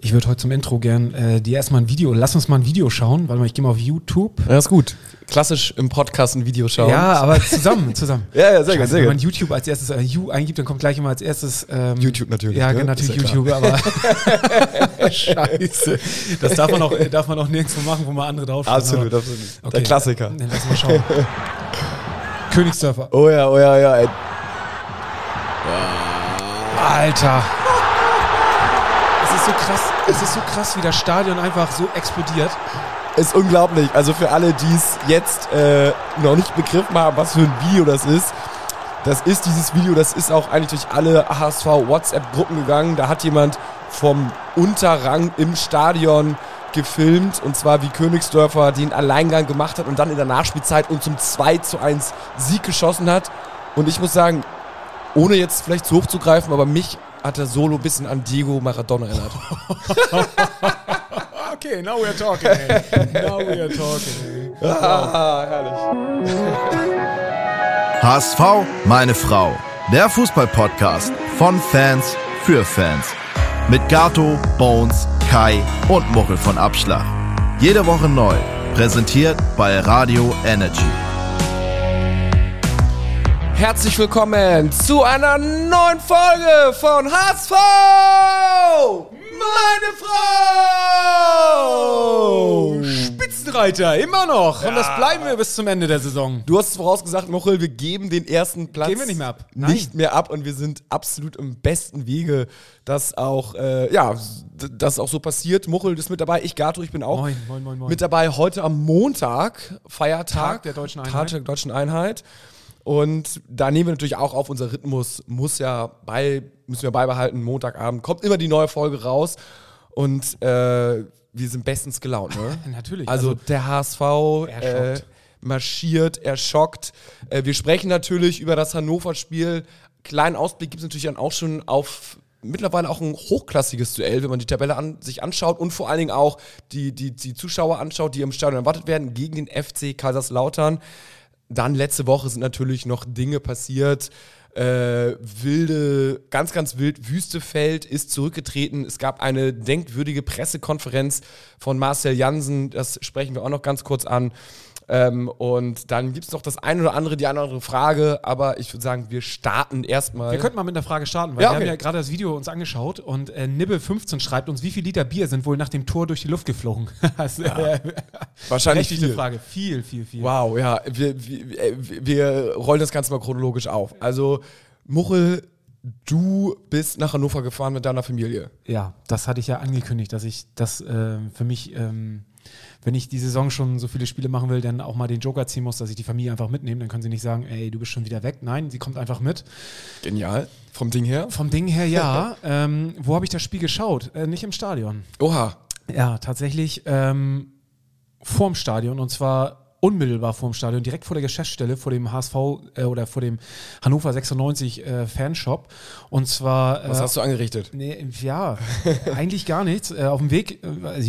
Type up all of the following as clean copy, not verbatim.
Ich würde heute zum Intro gern dir erstmal ein Video, lass uns mal ein Video schauen. Warte mal, ich gehe mal auf YouTube. Ja, ist gut. Klassisch im Podcast ein Video schauen. Ja, aber zusammen. Ja, sehr gut. Wenn man YouTube als erstes eingibt, dann kommt gleich immer als erstes YouTube natürlich. Ja, genau, natürlich YouTube, aber Scheiße. Das darf man auch nirgendwo machen, wo man andere draufschauen. Absolut. Okay. Der Klassiker. Dann lass mal schauen. Königsdörfer. Oh ja, ey. Alter. Es ist so krass, wie das Stadion einfach so explodiert. Ist unglaublich. Also für alle, die es jetzt noch nicht begriffen haben, was für ein Video das ist dieses Video, das ist auch eigentlich durch alle HSV-WhatsApp-Gruppen gegangen. Da hat jemand vom Unterrang im Stadion gefilmt, und zwar wie Königsdörfer den Alleingang gemacht hat und dann in der Nachspielzeit und zum 2:1 Sieg geschossen hat. Und ich muss sagen, ohne jetzt vielleicht zu hoch zu greifen, aber mich hat er Solo ein bisschen an Diego Maradona erinnert. Okay, now we're talking, ey. Herrlich. HSV, meine Frau. Der Fußball-Podcast von Fans für Fans. Mit Gato, Bones, Kai und Muchel von Abschlag. Jede Woche neu. Präsentiert bei Radio Energy. Herzlich willkommen zu einer neuen Folge von HSV! Meine Frau! Spitzenreiter, immer noch. Ja. Und das bleiben wir bis zum Ende der Saison. Du hast es vorausgesagt, Muchel, wir geben den ersten Platz. Geben wir nicht mehr ab. Nein. Nicht mehr ab, und wir sind absolut im besten Wege, dass auch, das auch so passiert. Muchel ist mit dabei, ich Gato, ich bin auch Moin. mit dabei. Heute am Montag, Feiertag. Tag der Deutschen Einheit. Tag der Deutschen Einheit. Und da nehmen wir natürlich auch auf, unser Rhythmus müssen wir beibehalten. Montagabend kommt immer die neue Folge raus, und wir sind bestens gelaunt, ne? Natürlich. Also der HSV marschiert, er schockt. Wir sprechen natürlich über das Hannover-Spiel. Kleinen Ausblick gibt es natürlich dann auch schon auf mittlerweile auch ein hochklassiges Duell, wenn man die Tabelle sich anschaut und vor allen Dingen auch die Zuschauer anschaut, die im Stadion erwartet werden, gegen den FC Kaiserslautern. Dann letzte Woche sind natürlich noch Dinge passiert. Ganz wild, Wüstefeld ist zurückgetreten. Es gab eine denkwürdige Pressekonferenz von Marcel Jansen, das sprechen wir auch noch ganz kurz an. Und dann gibt es noch das eine oder andere, die eine oder andere Frage, aber ich würde sagen, wir starten erstmal. Wir könnten mal mit einer Frage starten, weil wir haben ja gerade das Video uns angeschaut, und Nibbe15 schreibt uns, wie viel Liter Bier sind wohl nach dem Tor durch die Luft geflogen? Wahrscheinlich viel. Frage. Viel. Wow, ja. Wir rollen das Ganze mal chronologisch auf. Also, Muchel, du bist nach Hannover gefahren mit deiner Familie. Ja, das hatte ich ja angekündigt, dass ich das für mich, wenn ich die Saison schon so viele Spiele machen will, dann auch mal den Joker ziehen muss, dass ich die Familie einfach mitnehme. Dann können sie nicht sagen, ey, du bist schon wieder weg. Nein, sie kommt einfach mit. Genial. Vom Ding her? Vom Ding her, ja. Wo habe ich das Spiel geschaut? Nicht im Stadion. Oha. Ja, tatsächlich vorm Stadion, und zwar unmittelbar vorm Stadion, direkt vor der Geschäftsstelle, vor dem HSV oder vor dem Hannover 96 Fanshop. Und zwar. Was hast du angerichtet? Eigentlich gar nichts. Auf dem Weg,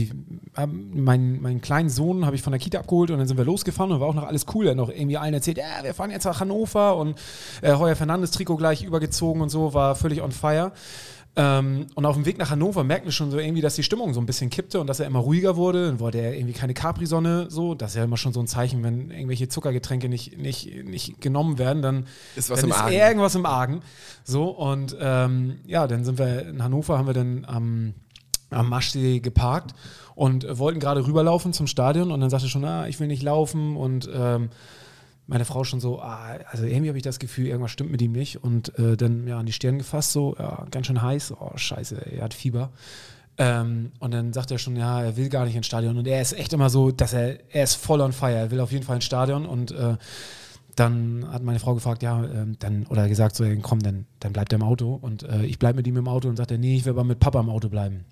meinen kleinen Sohn habe ich von der Kita abgeholt, und dann sind wir losgefahren, und war auch noch alles cool. Er hat noch irgendwie allen erzählt, ja, wir fahren jetzt nach Hannover, und Heuer Fernandes Trikot gleich übergezogen und so, war völlig on fire. Und auf dem Weg nach Hannover merkten wir schon so irgendwie, dass die Stimmung so ein bisschen kippte und dass er immer ruhiger wurde. Dann wollte er irgendwie keine Capri-Sonne, so. Das ist ja immer schon so ein Zeichen, wenn irgendwelche Zuckergetränke nicht genommen werden, dann ist irgendwas im Argen. So, und dann sind wir in Hannover, haben wir dann am Maschsee geparkt und wollten gerade rüberlaufen zum Stadion, und dann sagte schon, ich will nicht laufen, und meine Frau schon so, also irgendwie habe ich das Gefühl, irgendwas stimmt mit ihm nicht, und dann an die Stirn gefasst, so, ganz schön heiß, scheiße, er hat Fieber. Und dann sagt er schon, er will gar nicht ins Stadion, und er ist echt immer so, dass er ist voll on fire, er will auf jeden Fall ins Stadion, und dann hat meine Frau gefragt, oder gesagt so, komm, dann bleibt er im Auto, und ich bleibe mit ihm im Auto, und sagt er, nee, ich will aber mit Papa im Auto bleiben.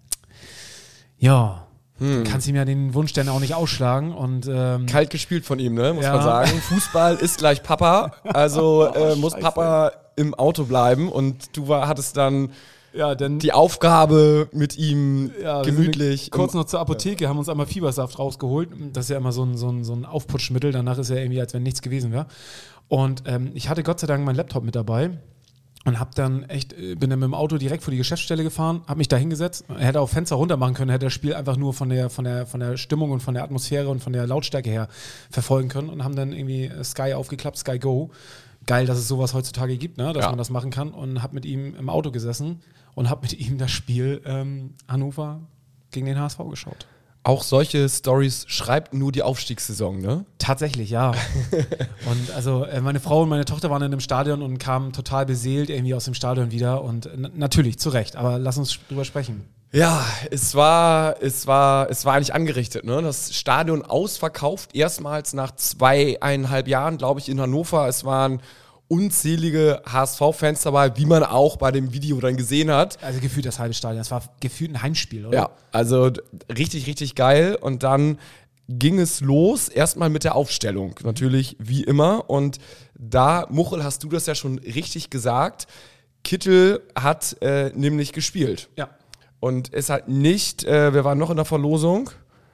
Ja. Kannst ihm ja den Wunsch dann auch nicht ausschlagen. Und, kalt gespielt von ihm, ne? Muss man sagen. Fußball ist gleich Papa, also muss Papa im Auto bleiben, und du hattest dann die Aufgabe mit ihm gemütlich. Kurz noch zur Apotheke, haben uns einmal Fiebersaft rausgeholt. Das ist ja immer so ein Aufputschmittel, danach ist ja irgendwie, als wenn nichts gewesen wäre. Und ich hatte Gott sei Dank meinen Laptop mit dabei. Und bin dann mit dem Auto direkt vor die Geschäftsstelle gefahren, habe mich da hingesetzt, hätte auch Fenster runter machen können, hätte das Spiel einfach nur von der Stimmung und von der Atmosphäre und von der Lautstärke her verfolgen können und haben dann irgendwie Sky aufgeklappt, Sky Go. Geil, dass es sowas heutzutage gibt, ne? Dass man das machen kann, und habe mit ihm im Auto gesessen und habe mit ihm das Spiel Hannover gegen den HSV geschaut. Auch solche Stories schreibt nur die Aufstiegssaison, ne? Tatsächlich, ja. Und also meine Frau und meine Tochter waren in dem Stadion und kamen total beseelt irgendwie aus dem Stadion wieder, und natürlich, zu Recht, aber lass uns drüber sprechen. Ja, es war eigentlich angerichtet, ne? Das Stadion ausverkauft, erstmals nach 2,5 Jahren, glaube ich, in Hannover. Es waren unzählige HSV-Fans dabei, wie man auch bei dem Video dann gesehen hat. Also gefühlt das halbe Stadion, das war gefühlt ein Heimspiel, oder? Ja, also richtig, richtig geil. Und dann ging es los, erstmal mit der Aufstellung, natürlich wie immer. Und da, Muchel, hast du das ja schon richtig gesagt, Kittel hat nämlich gespielt. Ja. Und es hat nicht, wer war noch in der Verlosung?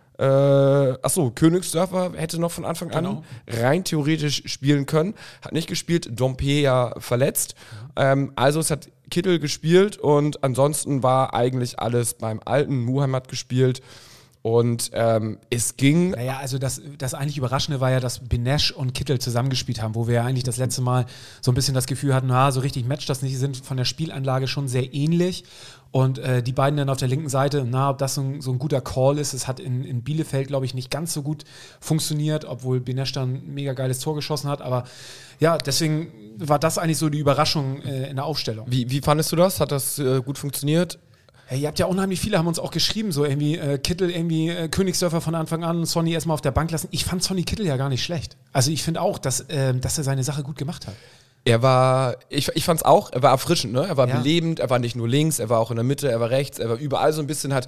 Königsdörfer hätte noch von Anfang an rein theoretisch spielen können. Hat nicht gespielt, Dompe ja verletzt. Also es hat Kittel gespielt, und ansonsten war eigentlich alles beim Alten. Muheim hat gespielt. Und es ging... Naja, also das eigentlich Überraschende war ja, dass Benesch und Kittel zusammengespielt haben, wo wir ja eigentlich das letzte Mal so ein bisschen das Gefühl hatten, so richtig matcht das nicht, die sind von der Spielanlage schon sehr ähnlich. Und die beiden dann auf der linken Seite, ob das so ein guter Call ist, es hat in Bielefeld, glaube ich, nicht ganz so gut funktioniert, obwohl Benesch dann ein mega geiles Tor geschossen hat. Aber ja, deswegen war das eigentlich so die Überraschung in der Aufstellung. Wie fandest du das? Hat das gut funktioniert? Hey, ihr habt ja unheimlich viele, haben uns auch geschrieben, so irgendwie Kittel, Königsdörfer von Anfang an, Sonny erstmal auf der Bank lassen. Ich fand Sonny Kittel ja gar nicht schlecht. Also ich finde auch, dass er seine Sache gut gemacht hat. Er war, ich fand's auch, er war erfrischend, ne? Er war belebend, er war nicht nur links, er war auch in der Mitte, er war rechts, er war überall so ein bisschen, hat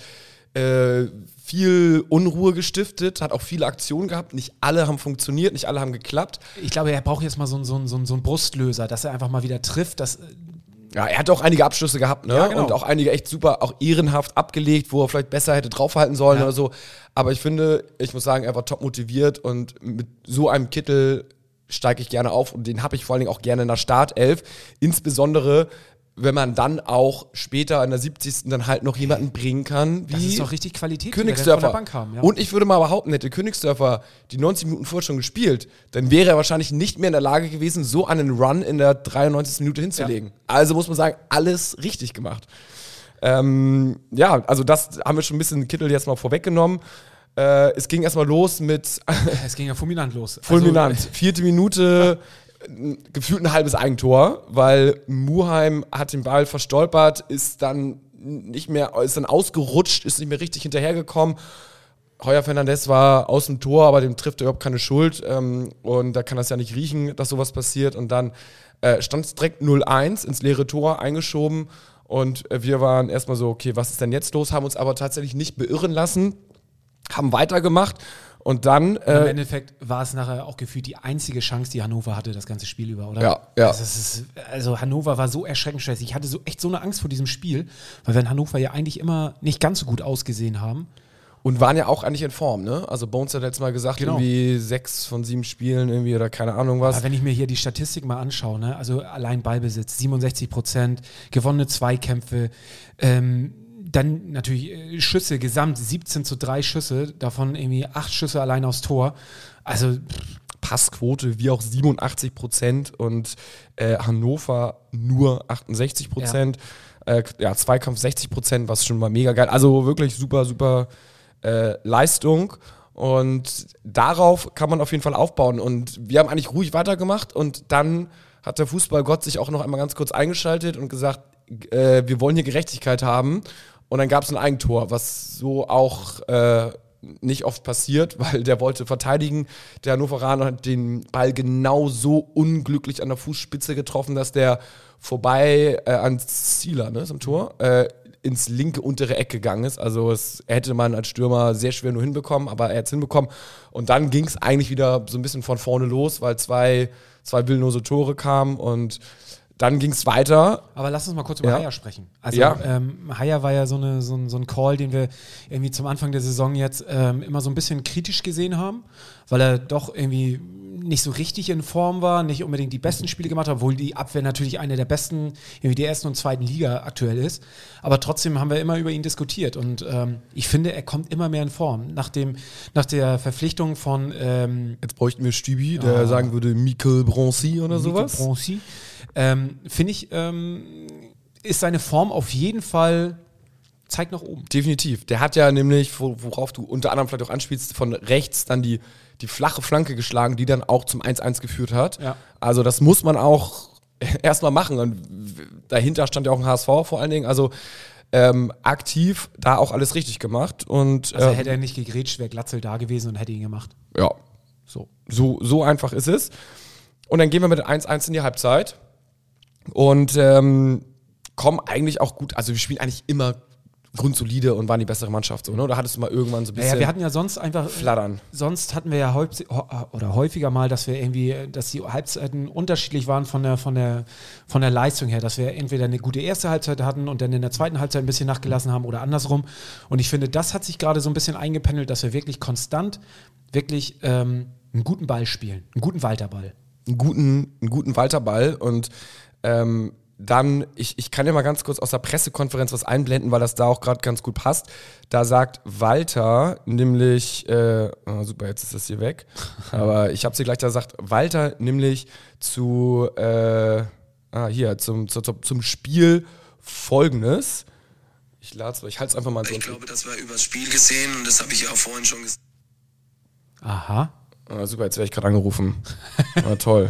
viel Unruhe gestiftet, hat auch viele Aktionen gehabt. Nicht alle haben funktioniert, nicht alle haben geklappt. Ich glaube, er braucht jetzt mal so einen Brustlöser, dass er einfach mal wieder trifft, Ja, er hat auch einige Abschlüsse gehabt, ne? Ja, genau. Und auch einige echt super, auch ehrenhaft abgelegt, wo er vielleicht besser hätte draufhalten sollen oder so. Aber ich finde, ich muss sagen, er war top motiviert, und mit so einem Kittel steige ich gerne auf, und den habe ich vor allen Dingen auch gerne in der Startelf. Insbesondere, wenn man dann auch später in der 70. dann halt noch jemanden bringen kann, wie das ist doch richtig Qualität, Königsdörfer. Die wir von der Bank haben. Ja. Und ich würde mal behaupten, hätte Königsdörfer die 90 Minuten vorher schon gespielt, dann wäre er wahrscheinlich nicht mehr in der Lage gewesen, so einen Run in der 93. Minute hinzulegen. Ja. Also muss man sagen, alles richtig gemacht. Also das haben wir schon ein bisschen Kittel jetzt mal vorweggenommen. Es ging erstmal los mit... Es ging ja fulminant los. Fulminant. 4. Minute, gefühlt ein halbes Eigentor, weil Muheim hat den Ball verstolpert, ist dann ausgerutscht, ist nicht mehr richtig hinterhergekommen. Heuer Fernandes war aus dem Tor, aber dem trifft er überhaupt keine Schuld. Und da kann das ja nicht riechen, dass sowas passiert. Und dann stand es direkt 0-1 ins leere Tor eingeschoben. Und wir waren erstmal so, okay, was ist denn jetzt los? Haben uns aber tatsächlich nicht beirren lassen. Haben weitergemacht, und dann... Im Endeffekt war es nachher auch gefühlt die einzige Chance, die Hannover hatte, das ganze Spiel über, oder? Ja. Also Hannover war so erschreckend stressig. Ich hatte echt so eine Angst vor diesem Spiel, weil wir Hannover ja eigentlich immer nicht ganz so gut ausgesehen haben. Und waren ja auch eigentlich in Form, ne? Also Bones hat letztes Mal gesagt, irgendwie 6 von 7 Spielen irgendwie oder keine Ahnung was. Aber wenn ich mir hier die Statistik mal anschaue, ne? Also allein Ballbesitz, 67%, gewonnene Zweikämpfe, dann natürlich Schüsse, gesamt 17:3 Schüsse, davon irgendwie 8 Schüsse allein aufs Tor. Also Passquote wie auch 87% und Hannover nur 68%. Zweikampf 60%, was schon mal mega geil. Also wirklich super, super Leistung. Und darauf kann man auf jeden Fall aufbauen. Und wir haben eigentlich ruhig weitergemacht, und dann hat der Fußballgott sich auch noch einmal ganz kurz eingeschaltet und gesagt, wir wollen hier Gerechtigkeit haben. Und dann gab es ein Eigentor, was so auch nicht oft passiert, weil der wollte verteidigen. Der Hannoveraner hat den Ball genau so unglücklich an der Fußspitze getroffen, dass der vorbei ans Zieler, ne, ist am Tor, ins linke untere Eck gegangen ist. Also es hätte man als Stürmer sehr schwer nur hinbekommen, aber er hat es hinbekommen. Und dann ging es eigentlich wieder so ein bisschen von vorne los, weil zwei willenlose Tore kamen, und dann ging es weiter. Aber lass uns mal kurz über Haier sprechen. Also Ja. Haier war ja so ein Call, den wir irgendwie zum Anfang der Saison jetzt immer so ein bisschen kritisch gesehen haben, weil er doch irgendwie nicht so richtig in Form war, nicht unbedingt die besten Spiele gemacht hat, obwohl die Abwehr natürlich eine der besten, irgendwie der ersten und zweiten Liga aktuell ist. Aber trotzdem haben wir immer über ihn diskutiert und ich finde, er kommt immer mehr in Form. Nach der Verpflichtung von Jetzt bräuchten wir Stübi, der sagen würde Michael Bronzy oder sowas. Bronzy. Finde ich, ist seine Form auf jeden Fall, zeigt nach oben. Definitiv. Der hat ja nämlich, worauf du unter anderem vielleicht auch anspielst, von rechts dann die flache Flanke geschlagen, die dann auch zum 1-1 geführt hat. Ja. Also das muss man auch erstmal machen. Und dahinter stand ja auch ein HSV vor allen Dingen. Also aktiv da auch alles richtig gemacht. Und, Also hätte er nicht gegrätscht, wäre Glatzel da gewesen und hätte ihn gemacht. Ja, so einfach ist es. Und dann gehen wir mit 1-1 in die Halbzeit und kommen eigentlich auch gut, also wir spielen eigentlich immer grundsolide und waren die bessere Mannschaft. So, ne? Da hattest du mal irgendwann so ein bisschen wir hatten ja sonst einfach flattern. Sonst hatten wir ja häufiger mal, dass die Halbzeiten unterschiedlich waren von der Leistung her, dass wir entweder eine gute erste Halbzeit hatten und dann in der zweiten Halbzeit ein bisschen nachgelassen haben oder andersrum. Und ich finde, das hat sich gerade so ein bisschen eingependelt, dass wir wirklich konstant einen guten Ball spielen, einen guten Walterball. Einen guten Walterball und dann, ich kann ja mal ganz kurz aus der Pressekonferenz was einblenden, weil das da auch gerade ganz gut passt. Da sagt Walter nämlich, super, jetzt ist das hier weg, aber ich hab's hier gleich, da sagt Walter nämlich zum Spiel Folgendes. Ich halte es einfach mal so. Ich glaube, das war übers Spiel gesehen und das habe ich ja auch vorhin schon gesagt. Aha. Super, jetzt werde ich gerade angerufen. Toll.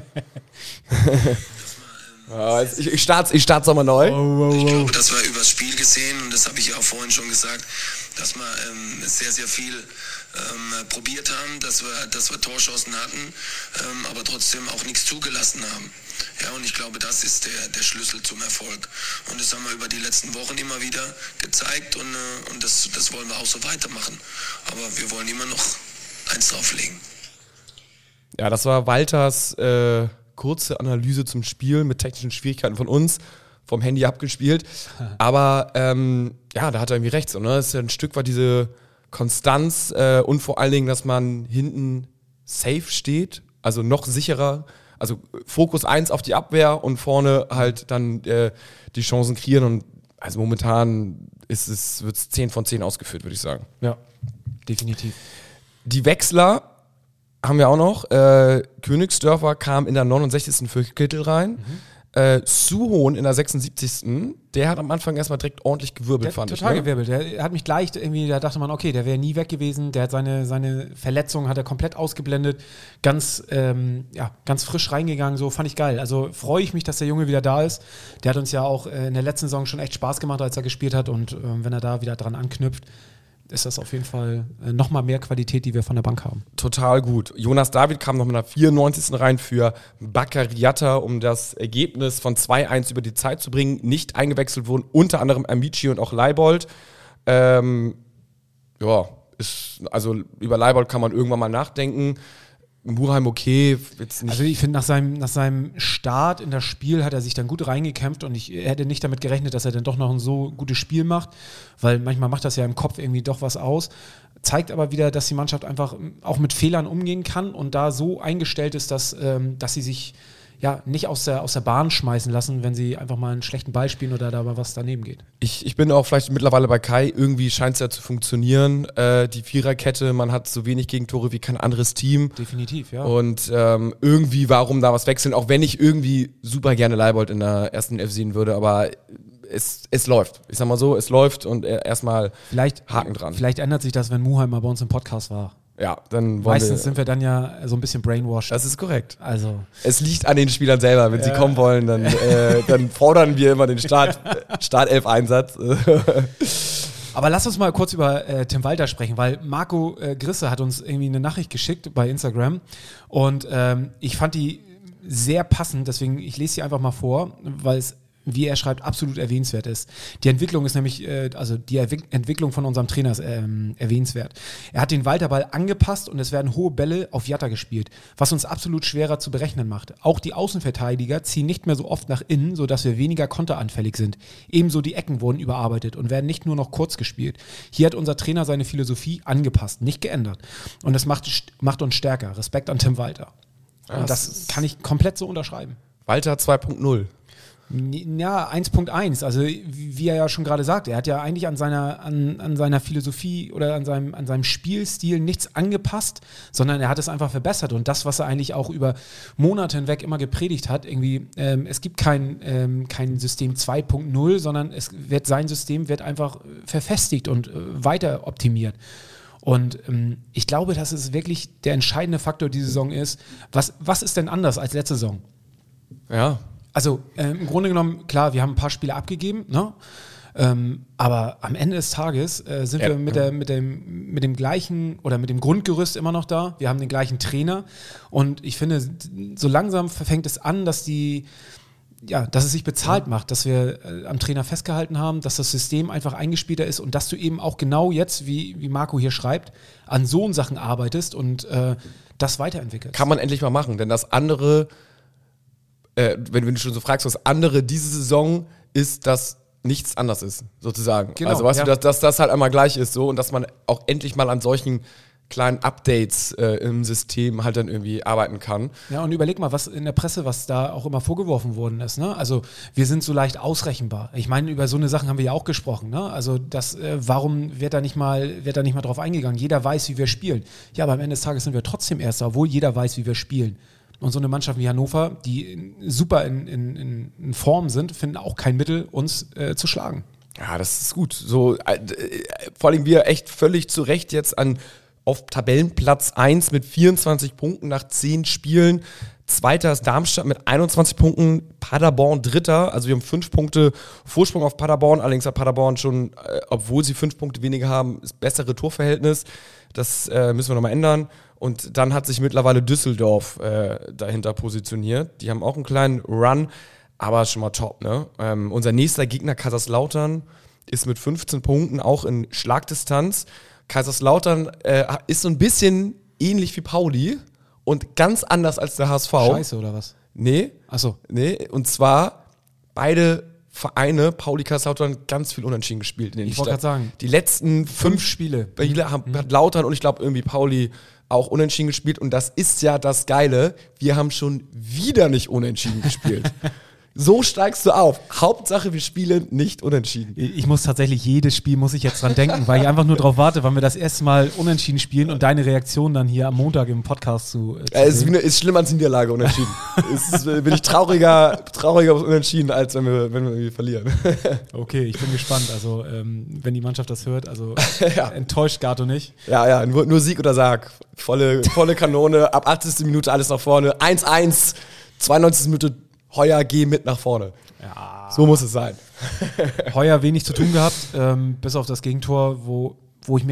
Ich starte nochmal neu. Ich glaube, das war übers Spiel gesehen und das habe ich ja auch vorhin schon gesagt, dass wir sehr, sehr viel probiert haben, dass wir Torchancen hatten, aber trotzdem auch nichts zugelassen haben. Ja, und ich glaube, das ist der Schlüssel zum Erfolg. Und das haben wir über die letzten Wochen immer wieder gezeigt und das wollen wir auch so weitermachen. Aber wir wollen immer noch eins drauflegen. Ja, das war Walters kurze Analyse zum Spiel mit technischen Schwierigkeiten von uns, vom Handy abgespielt. Aber da hat er irgendwie recht. So, ne? Das ist ja ein Stück weit diese Konstanz und vor allen Dingen, dass man hinten safe steht, also noch sicherer. Also Fokus 1 auf die Abwehr und vorne halt dann die Chancen kreieren. Und also momentan wird es 10 von 10 ausgeführt, würde ich sagen. Ja, definitiv. Die Wechsler haben wir auch noch. Königsdörfer kam in der 69. für Kittel rein. Suhohn in der 76. Der hat am Anfang erstmal direkt ordentlich gewirbelt, fand ich. Total gewirbelt. Der hat mich gleich irgendwie, da dachte man, okay, der wäre nie weg gewesen. Der hat seine Verletzung hat er komplett ausgeblendet. Ganz frisch reingegangen, so fand ich geil. Also freue ich mich, dass der Junge wieder da ist. Der hat uns ja auch in der letzten Saison schon echt Spaß gemacht, als er gespielt hat. Und wenn er da wieder dran anknüpft, ist das auf jeden Fall nochmal mehr Qualität, die wir von der Bank haben. Total gut. Jonas David kam noch mit einer 94. rein für Baccariata, um das Ergebnis von 2-1 über die Zeit zu bringen. Nicht eingewechselt wurden unter anderem Amici und auch Leibold. Also über Leibold kann man irgendwann mal nachdenken. Muheim okay. Jetzt nicht. Also ich finde, nach seinem Start in das Spiel hat er sich dann gut reingekämpft und ich hätte nicht damit gerechnet, dass er dann doch noch ein so gutes Spiel macht, weil manchmal macht das ja im Kopf irgendwie doch was aus. Zeigt aber wieder, dass die Mannschaft einfach auch mit Fehlern umgehen kann und da so eingestellt ist, dass sie sich nicht aus der Bahn schmeißen lassen, wenn sie einfach mal einen schlechten Ball spielen oder da mal was daneben geht. Ich bin auch vielleicht mittlerweile bei Kai, irgendwie scheint es ja zu funktionieren, die Viererkette, man hat so wenig Gegentore wie kein anderes Team. Definitiv, ja. Und irgendwie, warum da was wechseln, auch wenn ich irgendwie super gerne Leibold in der ersten Elf sehen würde, aber es läuft. Ich sag mal so, es läuft und erstmal Haken dran. Vielleicht ändert sich das, wenn Muheim mal bei uns im Podcast war. Ja, dann meistens sind wir dann ja so ein bisschen brainwashed. Das ist korrekt. Also es liegt an den Spielern selber. Wenn sie kommen wollen, dann fordern wir immer den Startelf-Einsatz. Aber lass uns mal kurz über Tim Walter sprechen, weil Marco Grisse hat uns irgendwie eine Nachricht geschickt bei Instagram und ich fand die sehr passend, deswegen ich lese sie einfach mal vor, weil es wie er schreibt, absolut erwähnenswert ist. Die Entwicklung ist nämlich, Entwicklung von unserem Trainer ist erwähnenswert. Er hat den Walterball angepasst und es werden hohe Bälle auf Jatta gespielt, was uns absolut schwerer zu berechnen macht. Auch die Außenverteidiger ziehen nicht mehr so oft nach innen, sodass wir weniger konteranfällig sind. Ebenso die Ecken wurden überarbeitet und werden nicht nur noch kurz gespielt. Hier hat unser Trainer seine Philosophie angepasst, nicht geändert. Und das macht uns stärker. Respekt an Tim Walter. Und das kann ich komplett so unterschreiben. Walter 2.0. Ja, 1.1, also wie er ja schon gerade sagt, er hat ja eigentlich an seiner Philosophie oder an seinem Spielstil nichts angepasst, sondern er hat es einfach verbessert und das, was er eigentlich auch über Monate hinweg immer gepredigt hat, irgendwie, es gibt kein System 2.0, sondern sein System wird einfach verfestigt und weiter optimiert. Und ich glaube, dass es wirklich der entscheidende Faktor dieser Saison ist. Was ist denn anders als letzte Saison? Ja. Also im Grunde genommen, klar, wir haben ein paar Spiele abgegeben, ne? Aber am Ende des Tages sind wir mit dem gleichen oder mit dem Grundgerüst immer noch da. Wir haben den gleichen Trainer und ich finde, so langsam fängt es an, dass es sich bezahlt macht, dass wir am Trainer festgehalten haben, dass das System einfach eingespielter ist und dass du eben auch genau jetzt, wie Marco hier schreibt, an so Sachen arbeitest und das weiterentwickelst. Kann man endlich mal machen, denn das andere, wenn du schon so fragst, was andere diese Saison ist, dass nichts anders ist, sozusagen. Genau, also weißt du, dass das halt einmal gleich ist so und dass man auch endlich mal an solchen kleinen Updates im System halt dann irgendwie arbeiten kann. Ja, und überleg mal, was in der Presse, was da auch immer vorgeworfen worden ist, ne? Also wir sind so leicht ausrechenbar. Ich meine, über so eine Sachen haben wir ja auch gesprochen, ne? Also warum wird da nicht mal drauf eingegangen? Jeder weiß, wie wir spielen. Ja, aber am Ende des Tages sind wir trotzdem Erster, obwohl jeder weiß, wie wir spielen. Und so eine Mannschaft wie Hannover, die super in Form sind, finden auch kein Mittel, uns zu schlagen. Ja, das ist gut. So, vor allem wir echt völlig zu Recht jetzt auf Tabellenplatz 1 mit 24 Punkten nach 10 Spielen. Zweiter ist Darmstadt mit 21 Punkten, Paderborn Dritter. Also wir haben 5 Punkte Vorsprung auf Paderborn. Allerdings hat Paderborn schon, obwohl sie 5 Punkte weniger haben, das bessere Torverhältnis. Das müssen wir nochmal ändern. Und dann hat sich mittlerweile Düsseldorf dahinter positioniert. Die haben auch einen kleinen Run, aber schon mal top, ne? Unser nächster Gegner Kaiserslautern ist mit 15 Punkten auch in Schlagdistanz. Kaiserslautern ist so ein bisschen ähnlich wie Pauli und ganz anders als der HSV. Scheiße, oder was? Nee. Achso. Nee, und zwar beide Vereine, Pauli, Kaiserslautern, ganz viel unentschieden gespielt. Ich wollte gerade sagen. Die letzten 5 Spiele hat Lautern und ich glaube irgendwie Pauli auch unentschieden gespielt und das ist ja das Geile, wir haben schon wieder nicht unentschieden gespielt. So steigst du auf. Hauptsache, wir spielen nicht unentschieden. Ich muss tatsächlich, jedes Spiel muss ich jetzt dran denken, weil ich einfach nur drauf warte, wann wir das erste Mal unentschieden spielen und deine Reaktion dann hier am Montag im Podcast zu ist schlimmer als Niederlage unentschieden. Bin ich trauriger auf Unentschieden, als wenn wir irgendwie verlieren. Okay, ich bin gespannt. Also, wenn die Mannschaft das hört, also ja. Enttäuscht Gato nicht. Ja, nur Sieg oder Sarg. Volle Kanone, ab 80. Minute alles nach vorne. 1-1, 92. Minute Heuer, geh mit nach vorne. Ja. So muss es sein. Heuer wenig zu tun gehabt, bis auf das Gegentor, wo wenn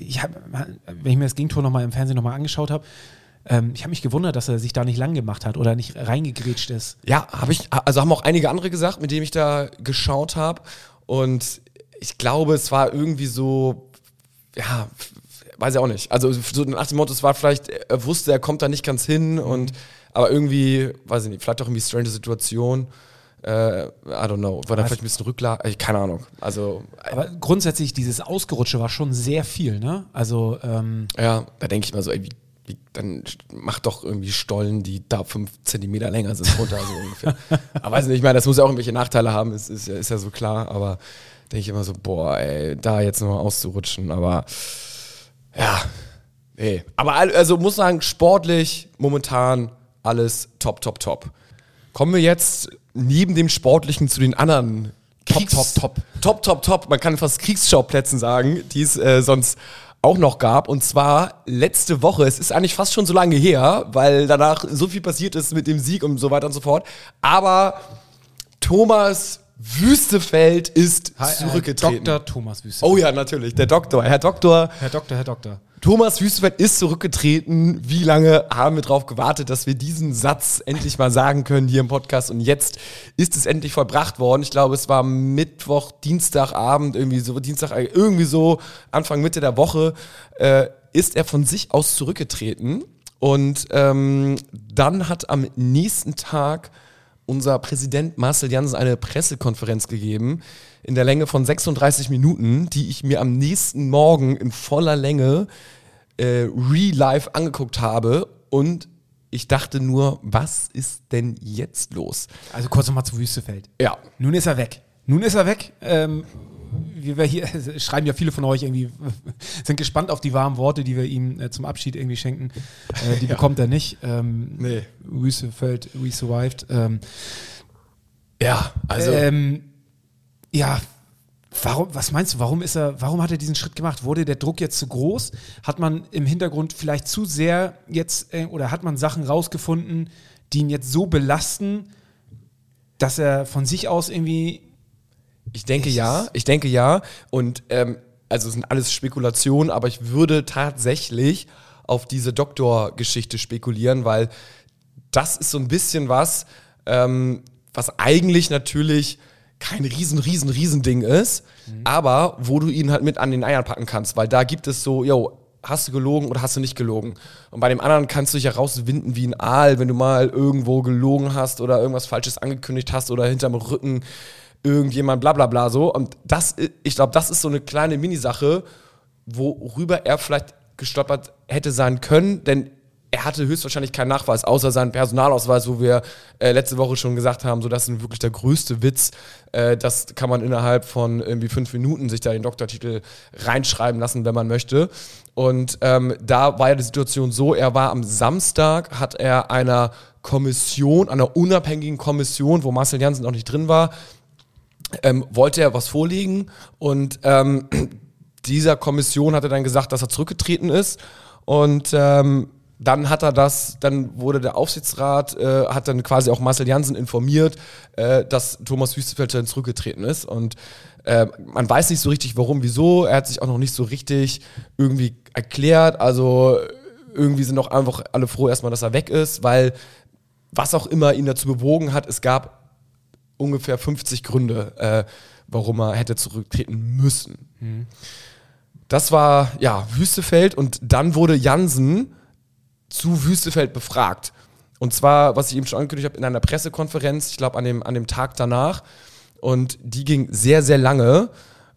ich mir das Gegentor nochmal im Fernsehen nochmal angeschaut habe, ich habe mich gewundert, dass er sich da nicht lang gemacht hat oder nicht reingegrätscht ist. Ja, haben auch einige andere gesagt, mit denen ich da geschaut habe. Und ich glaube, es war irgendwie so, ja, weiß ich auch nicht. Also so nach dem Motto, es war vielleicht, er wusste, er kommt da nicht ganz hin aber irgendwie, weiß ich nicht, vielleicht auch irgendwie strange Situation. I don't know. War da vielleicht ein bisschen Rücklage? Keine Ahnung. Also, aber grundsätzlich, dieses Ausgerutsche war schon sehr viel, ne? Also, ja, da denke ich mal so, dann mach doch irgendwie Stollen, die da 5 Zentimeter länger sind, runter, so ungefähr. Aber weiß nicht, ich meine, das muss ja auch irgendwelche Nachteile haben, ist ja so klar, aber denke ich immer so, boah, ey, da jetzt nochmal auszurutschen, aber ja, nee. Aber also muss sagen, sportlich momentan alles top. Kommen wir jetzt neben dem Sportlichen zu den anderen top. Man kann fast Kriegsschauplätzen sagen, die es sonst auch noch gab. Und zwar letzte Woche, es ist eigentlich fast schon so lange her, weil danach so viel passiert ist mit dem Sieg und so weiter und so fort. Aber Thomas Wüstefeld ist zurückgetreten. Dr. Thomas Wüstefeld. Oh ja, natürlich, der Doktor, Herr Doktor. Herr Doktor. Thomas Wüstefeld ist zurückgetreten. Wie lange haben wir darauf gewartet, dass wir diesen Satz endlich mal sagen können hier im Podcast? Und jetzt ist es endlich vollbracht worden. Ich glaube, es war Mittwoch, Dienstagabend, irgendwie so, Anfang, Mitte der Woche, ist er von sich aus zurückgetreten. Und dann hat am nächsten Tag unser Präsident Marcel Jansen eine Pressekonferenz gegeben in der Länge von 36 Minuten, die ich mir am nächsten Morgen in voller Länge live angeguckt habe. Und ich dachte nur, was ist denn jetzt los? Also kurz nochmal zu Wüstefeld. Ja. Nun ist er weg. Wie wir hier schreiben ja viele von euch irgendwie, sind gespannt auf die warmen Worte, die wir ihm zum Abschied irgendwie schenken. Die bekommt er nicht. Nee. Wüstefeld, we survived. Ja, also. Was meinst du, warum hat er diesen Schritt gemacht? Wurde der Druck jetzt zu groß? Hat man im Hintergrund vielleicht zu sehr jetzt, oder hat man Sachen rausgefunden, die ihn jetzt so belasten, dass er von sich aus irgendwie... Ich denke ja. Und also es sind alles Spekulationen, aber ich würde tatsächlich auf diese Doktorgeschichte spekulieren, weil das ist so ein bisschen was eigentlich natürlich kein riesen Ding ist, aber wo du ihn halt mit an den Eiern packen kannst, weil da gibt es so, hast du gelogen oder hast du nicht gelogen? Und bei dem anderen kannst du dich herauswinden wie ein Aal, wenn du mal irgendwo gelogen hast oder irgendwas Falsches angekündigt hast oder hinterm Rücken irgendjemand bla bla bla so. Und ich glaube, das ist so eine kleine Minisache, worüber er vielleicht gestolpert hätte sein können, denn er hatte höchstwahrscheinlich keinen Nachweis, außer seinen Personalausweis, wo wir letzte Woche schon gesagt haben, so das ist wirklich der größte Witz. Das kann man innerhalb von irgendwie 5 Minuten sich da den Doktortitel reinschreiben lassen, wenn man möchte. Und da war ja die Situation so, er war am Samstag, hat er einer unabhängigen Kommission, wo Marcel Jansen auch nicht drin war, wollte er was vorlegen und dieser Kommission hat er dann gesagt, dass er zurückgetreten ist und dann wurde der Aufsichtsrat, hat dann quasi auch Marcel Jansen informiert, dass Thomas Wüstefeld dann zurückgetreten ist und man weiß nicht so richtig warum, wieso, er hat sich auch noch nicht so richtig irgendwie erklärt, also irgendwie sind auch einfach alle froh erstmal, dass er weg ist, weil was auch immer ihn dazu bewogen hat, es gab ungefähr 50 Gründe, warum er hätte zurücktreten müssen. Das war, Wüstefeld und dann wurde Jansen zu Wüstefeld befragt. Und zwar, was ich eben schon angekündigt habe, in einer Pressekonferenz, ich glaube an dem Tag danach. Und die ging sehr, sehr lange.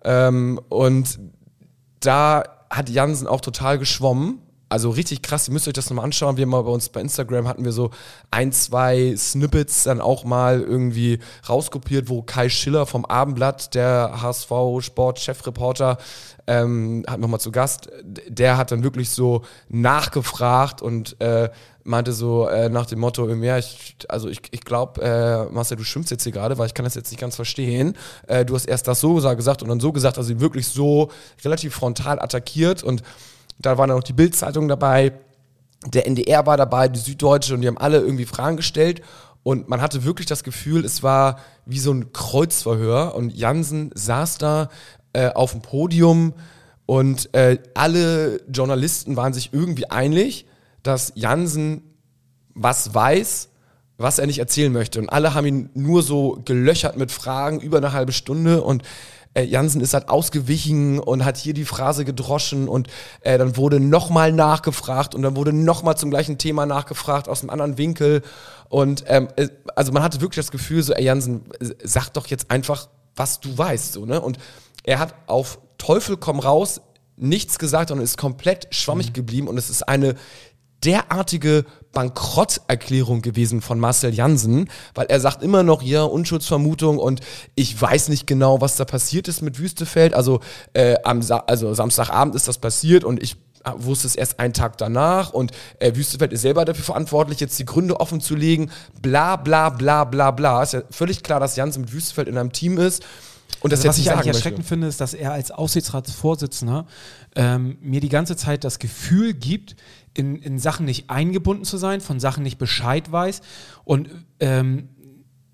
Und da hat Jansen auch total geschwommen. Also richtig krass, ihr müsst euch das nochmal anschauen. Wir mal bei uns bei Instagram hatten wir so 1, 2 Snippets dann auch mal irgendwie rauskopiert, wo Kai Schiller vom Abendblatt, der HSV-Sport-Chefreporter, hat nochmal zu Gast, der hat dann wirklich so nachgefragt und meinte so nach dem Motto, ich glaube, Marcel, du schimpfst jetzt hier gerade, weil ich kann das jetzt nicht ganz verstehen. Du hast erst das so gesagt und dann so gesagt, also ihn wirklich so relativ frontal attackiert und da waren dann noch die Bild-Zeitung dabei, der NDR war dabei, die Süddeutsche und die haben alle irgendwie Fragen gestellt und man hatte wirklich das Gefühl, es war wie so ein Kreuzverhör und Jansen saß da auf dem Podium und alle Journalisten waren sich irgendwie einig, dass Jansen was weiß, was er nicht erzählen möchte und alle haben ihn nur so gelöchert mit Fragen über eine halbe Stunde und Jansen ist halt ausgewichen und hat hier die Phrase gedroschen und dann wurde nochmal nachgefragt und dann wurde nochmal zum gleichen Thema nachgefragt aus einem anderen Winkel und also man hatte wirklich das Gefühl so, Jansen, sag doch jetzt einfach, was du weißt, so, ne? Und er hat auf Teufel komm raus nichts gesagt und ist komplett schwammig geblieben und es ist eine derartige Bankrotterklärung gewesen von Marcel Jansen, weil er sagt immer noch, ja, Unschuldsvermutung und ich weiß nicht genau, was da passiert ist mit Wüstefeld. Also Samstagabend ist das passiert und ich wusste es erst einen Tag danach und Wüstefeld ist selber dafür verantwortlich, jetzt die Gründe offen zu legen, bla bla bla bla bla. Ist ja völlig klar, dass Jansen mit Wüstefeld in einem Team ist. Und das also was jetzt ich eigentlich möchte. erschreckend finde, ist, dass er als Aufsichtsratsvorsitzender mir die ganze Zeit das Gefühl gibt, in Sachen nicht eingebunden zu sein, von Sachen nicht Bescheid weiß und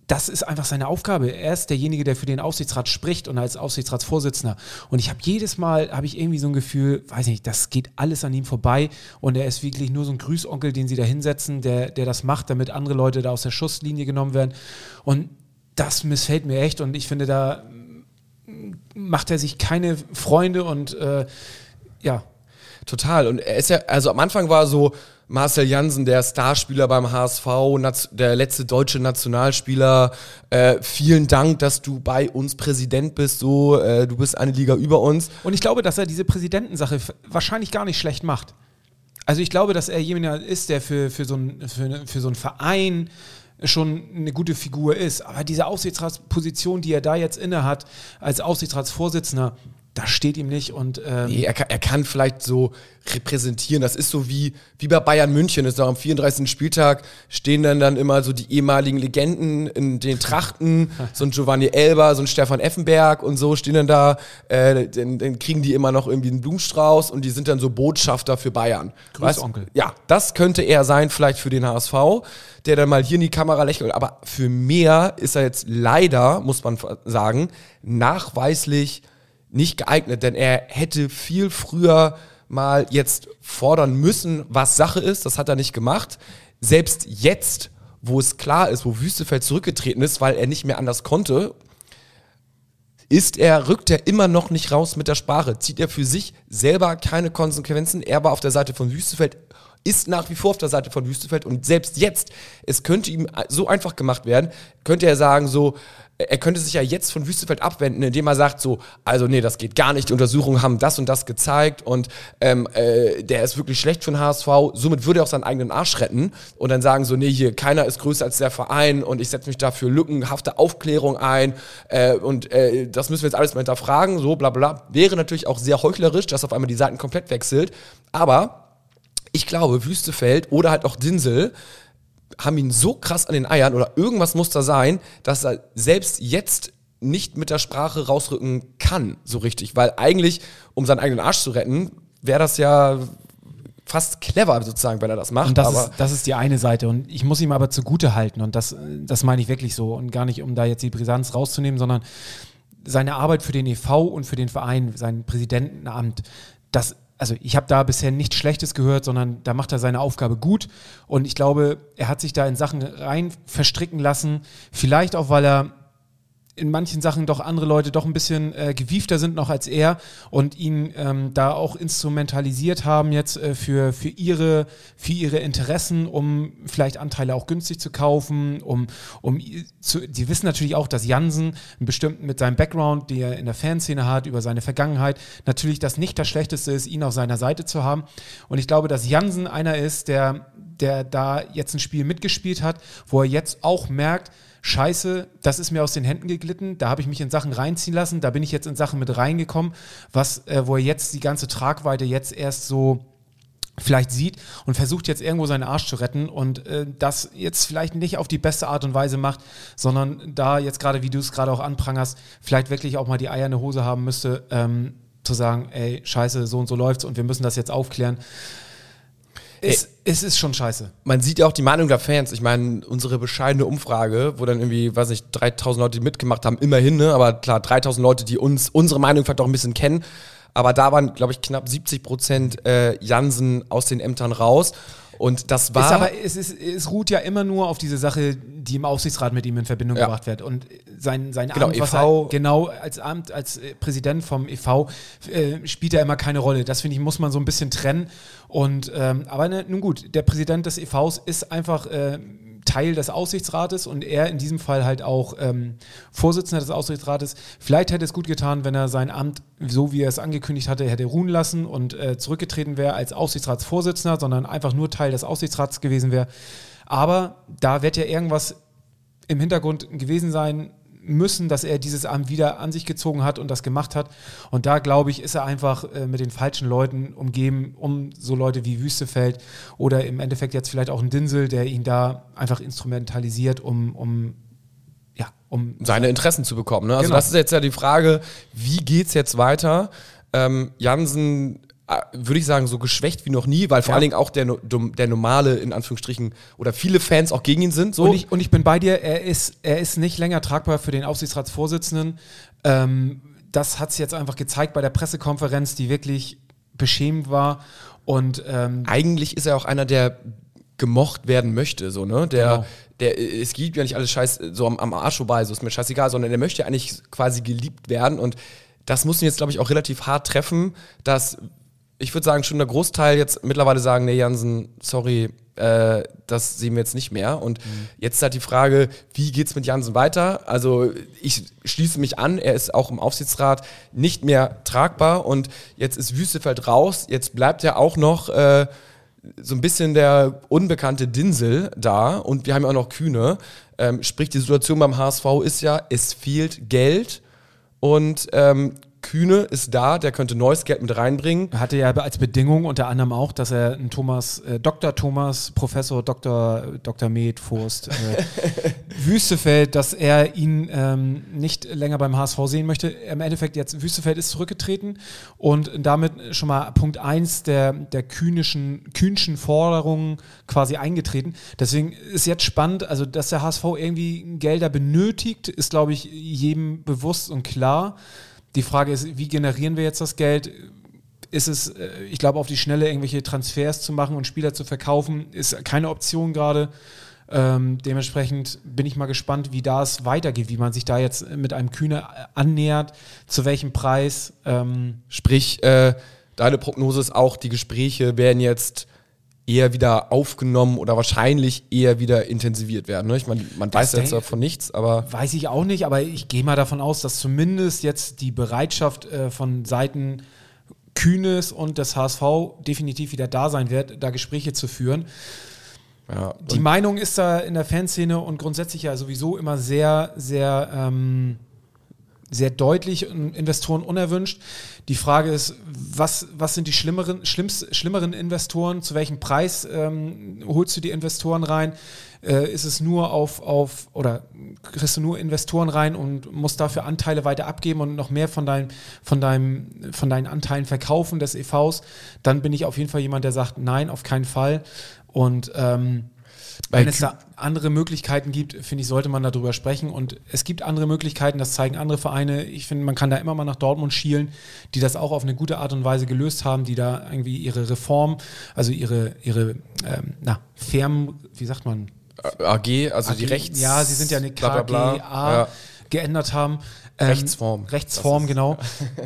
das ist einfach seine Aufgabe. Er ist derjenige, der für den Aufsichtsrat spricht und als Aufsichtsratsvorsitzender. Und ich habe jedes Mal, irgendwie so ein Gefühl, weiß nicht, das geht alles an ihm vorbei und er ist wirklich nur so ein Grüßonkel, den sie da hinsetzen, der das macht, damit andere Leute da aus der Schusslinie genommen werden. Und das missfällt mir echt und ich finde, da macht er sich keine Freunde und ja. Total. Und er ist ja, also am Anfang war so Marcel Jansen, der Starspieler beim HSV, der letzte deutsche Nationalspieler. Vielen Dank, dass du bei uns Präsident bist. Du bist eine Liga über uns. Und ich glaube, dass er diese Präsidentensache wahrscheinlich gar nicht schlecht macht. Also ich glaube, dass er jemand ist, der für so einen Verein schon eine gute Figur ist. Aber diese Aufsichtsratsposition, die er da jetzt inne hat, als Aufsichtsratsvorsitzender, das steht ihm nicht. Und nee, er kann vielleicht so repräsentieren. Das ist so wie bei Bayern München. Das ist auch am 34. Spieltag stehen dann immer so die ehemaligen Legenden in den Trachten. So ein Giovanni Elber, so ein Stefan Effenberg und so stehen dann da. Dann kriegen die immer noch irgendwie einen Blumenstrauß und die sind dann so Botschafter für Bayern. Grüßonkel. Ja, das könnte er sein, vielleicht für den HSV, der dann mal hier in die Kamera lächelt. Aber für mehr ist er jetzt leider, muss man sagen, nachweislich nicht geeignet, denn er hätte viel früher mal jetzt fordern müssen, was Sache ist. Das hat er nicht gemacht. Selbst jetzt, wo es klar ist, wo Wüstefeld zurückgetreten ist, weil er nicht mehr anders konnte, rückt er immer noch nicht raus mit der Sprache. Zieht er für sich selber keine Konsequenzen. Er war auf der Seite von Wüstefeld, ist nach wie vor auf der Seite von Wüstefeld und selbst jetzt, es könnte ihm so einfach gemacht werden, könnte er sagen so, er könnte sich ja jetzt von Wüstefeld abwenden, indem er sagt so, also nee, das geht gar nicht, die Untersuchungen haben das und das gezeigt und der ist wirklich schlecht für den HSV, somit würde er auch seinen eigenen Arsch retten und dann sagen so, nee, hier, keiner ist größer als der Verein und ich setze mich da für lückenhafte Aufklärung ein und das müssen wir jetzt alles mal hinterfragen, so bla bla. Wäre natürlich auch sehr heuchlerisch, dass auf einmal die Seiten komplett wechselt, aber ich glaube, Wüstefeld oder halt auch Dinsel haben ihn so krass an den Eiern oder irgendwas muss da sein, dass er selbst jetzt nicht mit der Sprache rausrücken kann, so richtig. Weil eigentlich, um seinen eigenen Arsch zu retten, wäre das ja fast clever sozusagen, wenn er das macht. Und das ist die eine Seite und ich muss ihm aber zugute halten und das meine ich wirklich so und gar nicht, um da jetzt die Brisanz rauszunehmen, sondern seine Arbeit für den e.V. und für den Verein, sein Präsidentenamt, also ich habe da bisher nichts Schlechtes gehört, sondern da macht er seine Aufgabe gut und ich glaube, er hat sich da in Sachen rein verstricken lassen, vielleicht auch, weil er in manchen Sachen doch andere Leute doch ein bisschen gewiefter sind noch als er und ihn da auch instrumentalisiert haben jetzt für ihre Interessen, um vielleicht Anteile auch günstig zu kaufen, die wissen natürlich auch, dass Jansen mit seinem Background, den er in der Fanszene hat, über seine Vergangenheit, natürlich das nicht das Schlechteste ist, ihn auf seiner Seite zu haben und ich glaube, dass Jansen einer ist, der da jetzt ein Spiel mitgespielt hat, wo er jetzt auch merkt, Scheiße, das ist mir aus den Händen geglitten, da habe ich mich in Sachen reinziehen lassen, da bin ich jetzt in Sachen mit reingekommen, wo er jetzt die ganze Tragweite jetzt erst so vielleicht sieht und versucht jetzt irgendwo seinen Arsch zu retten und das jetzt vielleicht nicht auf die beste Art und Weise macht, sondern da jetzt gerade, wie du es gerade auch anprangerst, vielleicht wirklich auch mal die Eier in der Hose haben müsste, zu sagen, ey, Scheiße, so und so läuft's und wir müssen das jetzt aufklären. Es ist schon scheiße. Man sieht ja auch die Meinung der Fans. Ich meine, unsere bescheidene Umfrage, wo dann irgendwie, 3.000 Leute mitgemacht haben, immerhin, ne? Aber klar, 3.000 Leute, die unsere Meinung vielleicht auch ein bisschen kennen. Aber da waren, glaube ich, knapp 70% Jansen aus den Ämtern raus. Und das war... Aber es ruht ja immer nur auf diese Sache, die im Aufsichtsrat mit ihm in Verbindung gebracht wird. Und sein Amt, e.V. als Präsident vom e.V. Spielt er immer keine Rolle. Das, finde ich, muss man so ein bisschen trennen. Und aber nun gut, der Präsident des e.V.s ist einfach Teil des Aufsichtsrates und er in diesem Fall halt auch Vorsitzender des Aufsichtsrates. Vielleicht hätte es gut getan, wenn er sein Amt, so wie er es angekündigt hatte, hätte ruhen lassen und zurückgetreten wäre als Aufsichtsratsvorsitzender, sondern einfach nur Teil des Aufsichtsrats gewesen wäre. Aber da wird ja irgendwas im Hintergrund gewesen sein müssen, dass er dieses Amt wieder an sich gezogen hat und das gemacht hat. Und da, glaube ich, ist er einfach mit den falschen Leuten umgeben, um so Leute wie Wüstefeld oder im Endeffekt jetzt vielleicht auch ein Dinsel, der ihn da einfach instrumentalisiert, um seine Interessen zu bekommen. Ne? Also genau. Das ist jetzt ja die Frage, wie geht's jetzt weiter? Jansen würde ich sagen, so geschwächt wie noch nie, weil vor allen Dingen auch der normale, in Anführungsstrichen, oder viele Fans auch gegen ihn sind. So. Und ich bin bei dir, er ist nicht länger tragbar für den Aufsichtsratsvorsitzenden. Das hat es jetzt einfach gezeigt bei der Pressekonferenz, die wirklich beschämend war. Und eigentlich ist er auch einer, der gemocht werden möchte, so, ne? Es gibt ja nicht alles Scheiß so am Arsch vorbei, so ist mir scheißegal, sondern der möchte eigentlich quasi geliebt werden und das muss ihn jetzt, glaube ich, auch relativ hart treffen, dass, ich würde sagen, schon der Großteil jetzt mittlerweile sagen, nee, Jansen, sorry, das sehen wir jetzt nicht mehr. Und jetzt ist halt die Frage, wie geht's mit Jansen weiter? Also ich schließe mich an, er ist auch im Aufsichtsrat nicht mehr tragbar und jetzt ist Wüstefeld raus, jetzt bleibt ja auch noch so ein bisschen der unbekannte Dinsel da und wir haben ja auch noch Kühne. Sprich, die Situation beim HSV ist ja, es fehlt Geld und Kühne ist da, der könnte neues Geld mit reinbringen. Er hatte ja als Bedingung unter anderem auch, dass er einen Dr. Thomas, Professor Dr. Med, Forst, Wüstefeld, dass er ihn nicht länger beim HSV sehen möchte. Im Endeffekt jetzt, Wüstefeld ist zurückgetreten und damit schon mal Punkt 1 der kühnschen Forderungen quasi eingetreten. Deswegen ist jetzt spannend, also dass der HSV irgendwie Gelder benötigt, ist, glaube ich, jedem bewusst und klar. Die Frage ist, wie generieren wir jetzt das Geld? Ist es, ich glaube, auf die Schnelle irgendwelche Transfers zu machen und Spieler zu verkaufen, ist keine Option gerade. Dementsprechend bin ich mal gespannt, wie das weitergeht, wie man sich da jetzt mit einem Kühne annähert, zu welchem Preis. Sprich, deine Prognose ist auch, die Gespräche werden jetzt eher wieder aufgenommen oder wahrscheinlich eher wieder intensiviert werden. Ne? Ich meine, man weiß jetzt davon nichts, aber... Weiß ich auch nicht, aber ich gehe mal davon aus, dass zumindest jetzt die Bereitschaft von Seiten Kühnes und des HSV definitiv wieder da sein wird, da Gespräche zu führen. Ja, die Meinung ist da in der Fanszene und grundsätzlich ja sowieso immer sehr, sehr... sehr deutlich und Investoren unerwünscht. Die Frage ist, was sind die schlimmeren Investoren? Zu welchem Preis holst du die Investoren rein? Ist es nur oder kriegst du nur Investoren rein und musst dafür Anteile weiter abgeben und noch mehr von deinen Anteilen verkaufen des EVs? Dann bin ich auf jeden Fall jemand, der sagt, nein, auf keinen Fall. Und wenn es da andere Möglichkeiten gibt, finde ich, sollte man darüber sprechen. Und es gibt andere Möglichkeiten, das zeigen andere Vereine. Ich finde, man kann da immer mal nach Dortmund schielen, die das auch auf eine gute Art und Weise gelöst haben, die da irgendwie ihre Reform, also ihre Firmen, wie sagt man? AG, also die Rechts... Ja, sie sind ja eine KGA geändert haben. Rechtsform, genau.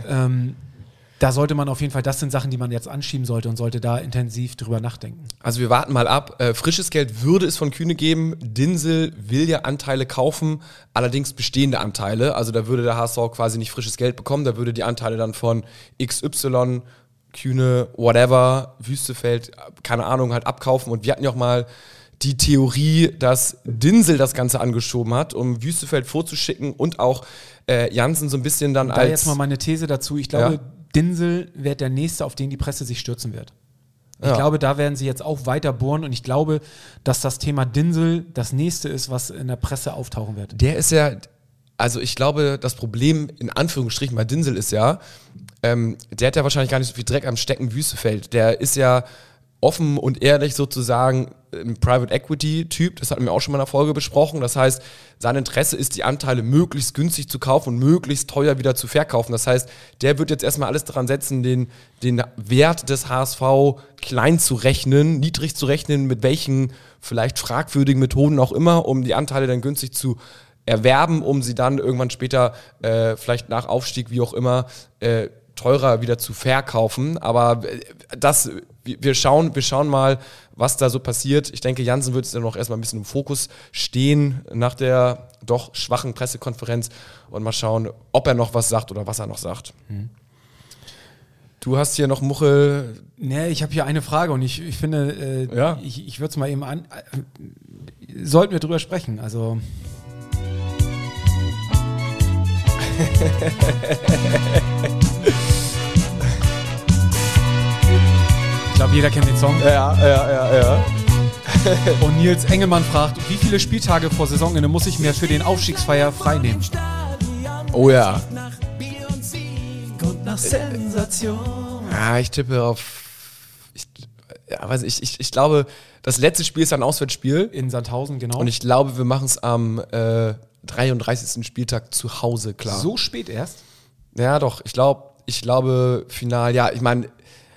Da sollte man auf jeden Fall, das sind Sachen, die man jetzt anschieben sollte und sollte da intensiv drüber nachdenken. Also wir warten mal ab. Frisches Geld würde es von Kühne geben. Dinsel will ja Anteile kaufen, allerdings bestehende Anteile. Also da würde der HSV quasi nicht frisches Geld bekommen, da würde die Anteile dann von XY, Kühne, whatever, Wüstefeld, keine Ahnung, halt abkaufen. Und wir hatten ja auch mal die Theorie, dass Dinsel das Ganze angeschoben hat, um Wüstefeld vorzuschicken und auch Jansen so ein bisschen dann als... Da jetzt mal meine These dazu. Ich glaube, Dinsel wird der Nächste, auf den die Presse sich stürzen wird. Ich glaube, da werden sie jetzt auch weiter bohren und ich glaube, dass das Thema Dinsel das Nächste ist, was in der Presse auftauchen wird. Der ist ja, also ich glaube, das Problem in Anführungsstrichen bei Dinsel ist ja, der hat ja wahrscheinlich gar nicht so viel Dreck am Stecken Wüstefeld. Der ist ja offen und ehrlich sozusagen ein Private Equity Typ, das hatten wir auch schon mal in einer Folge besprochen. Das heißt, sein Interesse ist, die Anteile möglichst günstig zu kaufen und möglichst teuer wieder zu verkaufen. Das heißt, der wird jetzt erstmal alles daran setzen, den Wert des HSV klein zu rechnen, niedrig zu rechnen, mit welchen vielleicht fragwürdigen Methoden auch immer, um die Anteile dann günstig zu erwerben, um sie dann irgendwann später, vielleicht nach Aufstieg, wie auch immer, teurer wieder zu verkaufen. Aber wir schauen mal, was da so passiert. Ich denke, Jansen wird jetzt dann noch erstmal ein bisschen im Fokus stehen nach der doch schwachen Pressekonferenz und mal schauen, ob er noch was sagt oder was er noch sagt. Du hast hier noch Muchel. Nee, ich habe hier eine Frage und ich finde, ich würde es mal eben sollten wir drüber sprechen. Also ich glaube, jeder kennt den Song. Ja. Und Nils Engelmann fragt, wie viele Spieltage vor Saisonende muss ich mir für den Aufstiegsfeier freinehmen? Oh ja. Und nach Sensation. Ja, ich tippe auf. Ich glaube, das letzte Spiel ist ein Auswärtsspiel. In Sandhausen, genau. Und ich glaube, wir machen es am 33. Spieltag zu Hause, klar. So spät erst? Ja, doch. Ich glaube, final, ja, ich meine,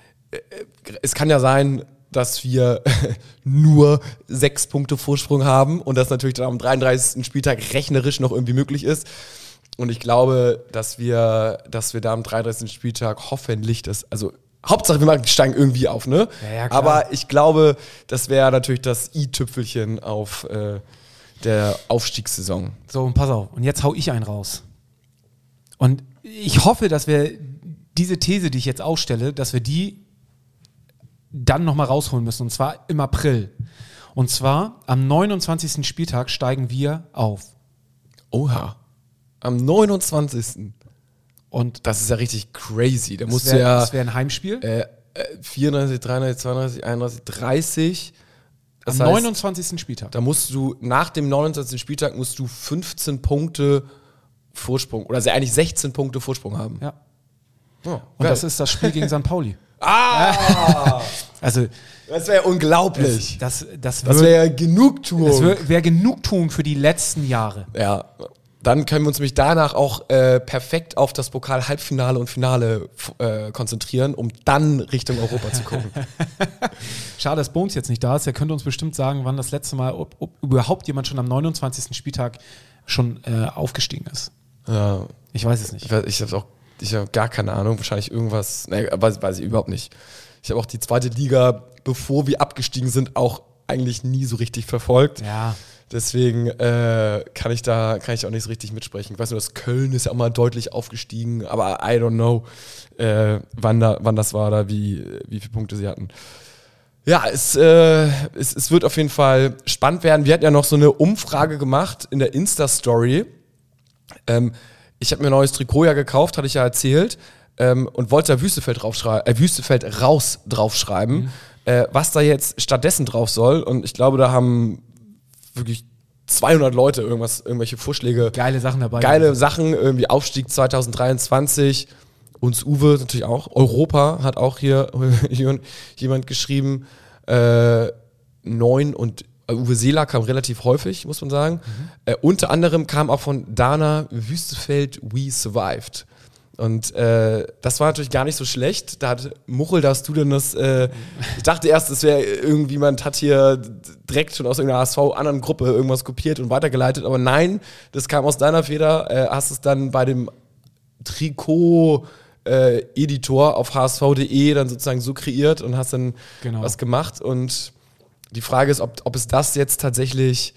es kann ja sein, dass wir nur 6 Punkte Vorsprung haben und das natürlich dann am 33. Spieltag rechnerisch noch irgendwie möglich ist. Und ich glaube, dass wir da am 33. Spieltag hoffentlich Hauptsache, wir steigen irgendwie auf, ne? Ja, klar. Aber ich glaube, das wäre natürlich das i-Tüpfelchen auf der Aufstiegssaison. So, und pass auf. Und jetzt hau ich einen raus. Und ich hoffe, dass wir diese These, die ich jetzt aufstelle, dass wir die dann nochmal rausholen müssen. Und zwar im April. Und zwar am 29. Spieltag steigen wir auf. Oha. Am 29. Und das ist ja richtig crazy. Da musst das du ja. Das wäre ein Heimspiel. 34, 33, 32, 31, 30. Das Am heißt, 29. Spieltag. Da musst du, nach dem 29. Spieltag musst du 15 Punkte Vorsprung, oder eigentlich 16 Punkte Vorsprung haben. Ja. Oh, Und geil. das ist das Spiel gegen St. Pauli. Also, Das wäre unglaublich. das Das wäre ja Genugtuung. Das wäre Genugtuung für die letzten Jahre. Ja, dann können wir uns nämlich danach auch perfekt auf das Pokal-Halbfinale und Finale konzentrieren, um dann Richtung Europa zu gucken. Schade, dass Bones jetzt nicht da ist. Er könnte uns bestimmt sagen, wann das letzte Mal, ob überhaupt jemand schon am 29. Spieltag schon aufgestiegen ist. Ja, Ich weiß es nicht. ich habe gar keine Ahnung, wahrscheinlich irgendwas, weiß ich überhaupt nicht. Ich habe auch die zweite Liga, bevor wir abgestiegen sind, auch eigentlich nie so richtig verfolgt. Ja. Deswegen kann ich auch nicht so richtig mitsprechen. Ich weiß nur, dass Köln ist ja auch mal deutlich aufgestiegen, aber I don't know, wann das war oder wie viele Punkte sie hatten. Ja, es wird auf jeden Fall spannend werden. Wir hatten ja noch so eine Umfrage gemacht in der Insta-Story. Ich habe mir ein neues Trikot ja gekauft, hatte ich ja erzählt, und wollte da Wüstefeld raus draufschreiben, was da jetzt stattdessen drauf soll. Und ich glaube, da haben wirklich 200 Leute irgendwelche Vorschläge. Geile Sachen dabei. Geile Sachen, irgendwie Aufstieg 2023. Uns Uwe natürlich auch. Europa hat auch hier jemand geschrieben. 9 und Uwe Seeler kam relativ häufig, muss man sagen. Unter anderem kam auch von Dana Wüstefeld We Survived. Und das war natürlich gar nicht so schlecht. Da hat Muchel, da hast du denn das, ich dachte erst, es wäre irgendjemand hat hier direkt schon aus irgendeiner HSV-anderen Gruppe irgendwas kopiert und weitergeleitet, aber nein, das kam aus deiner Feder, hast es dann bei dem Trikot-Editor auf hsv.de dann sozusagen so kreiert und hast dann was gemacht. Und die Frage ist, ob es das jetzt tatsächlich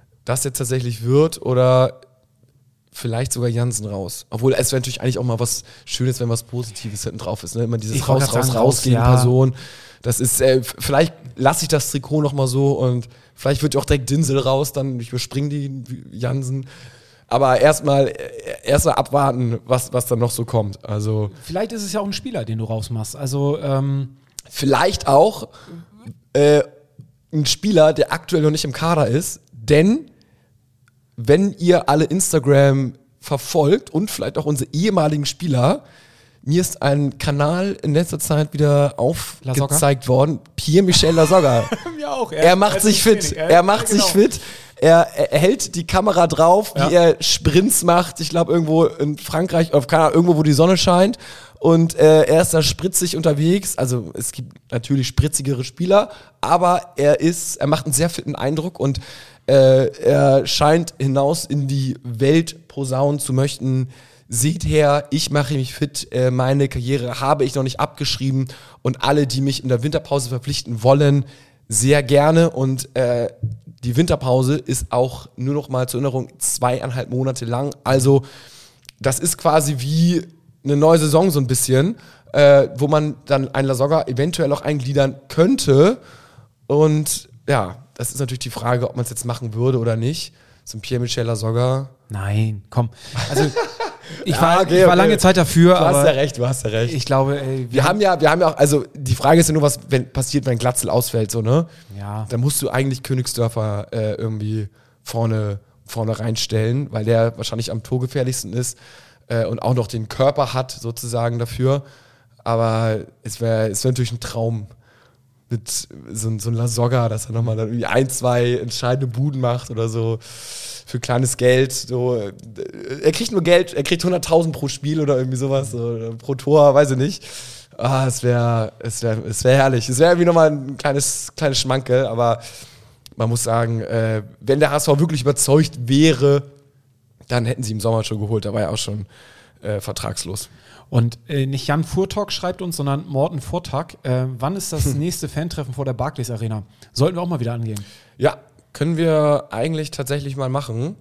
wird oder vielleicht sogar Jansen raus. Obwohl, es wäre natürlich eigentlich auch mal was Schönes, wenn was Positives hinten drauf ist. Ne? Immer dieses rausgehen ja. Person. Das ist, vielleicht lasse ich das Trikot noch mal so und vielleicht wird auch direkt Dinsel raus, dann ich überspringe die Jansen. Aber erstmal abwarten, was dann noch so kommt. Also vielleicht ist es ja auch ein Spieler, den du rausmachst. Also vielleicht auch ein Spieler, der aktuell noch nicht im Kader ist, denn wenn ihr alle Instagram verfolgt und vielleicht auch unsere ehemaligen Spieler, mir ist ein Kanal in letzter Zeit wieder aufgezeigt worden, Pierre-Michel Lasogga. Mir auch. Er macht sich fit. Er hält die Kamera drauf, wie er Sprints macht. Ich glaube irgendwo in Frankreich, irgendwo, wo die Sonne scheint. Und er ist da spritzig unterwegs. Also es gibt natürlich spritzigere Spieler, aber er macht einen sehr fitten Eindruck und er scheint hinaus in die Welt posaunen zu möchten. Seht her, ich mache mich fit, meine Karriere habe ich noch nicht abgeschrieben und alle, die mich in der Winterpause verpflichten wollen, sehr gerne. Und die Winterpause ist auch nur noch mal zur Erinnerung 2,5 Monate lang. Also das ist quasi wie eine neue Saison so ein bisschen, wo man dann einen Lasogga eventuell auch eingliedern könnte. Und ja, das ist natürlich die Frage, ob man es jetzt machen würde oder nicht. So ein Pierre-Michel Lasogga. Nein, komm. Also ich war lange Zeit dafür. Du hast ja recht. Ich glaube, wir haben ja auch, also die Frage ist ja nur, was passiert, wenn Glatzel ausfällt, so, ne? Ja. Da musst du eigentlich Königsdörfer irgendwie vorne reinstellen, weil der wahrscheinlich am torgefährlichsten ist und auch noch den Körper hat sozusagen dafür. Aber es wäre natürlich ein Traum mit so ein Lasogga, dass er nochmal dann irgendwie 1, 2 entscheidende Buden macht oder so für kleines Geld. So. Er kriegt nur Geld, er kriegt 100.000 pro Spiel oder irgendwie sowas, oder pro Tor, weiß ich nicht. Es wäre herrlich. Es wäre irgendwie nochmal ein kleines Schmankerl, aber man muss sagen, wenn der HSV wirklich überzeugt wäre, dann hätten sie im Sommer schon geholt. Da war ja auch schon vertragslos. Und nicht Jan Furtok schreibt uns, sondern Morten Vortag. Wann ist das nächste Fantreffen vor der Barclays Arena? Sollten wir auch mal wieder angehen. Ja, können wir eigentlich tatsächlich mal machen.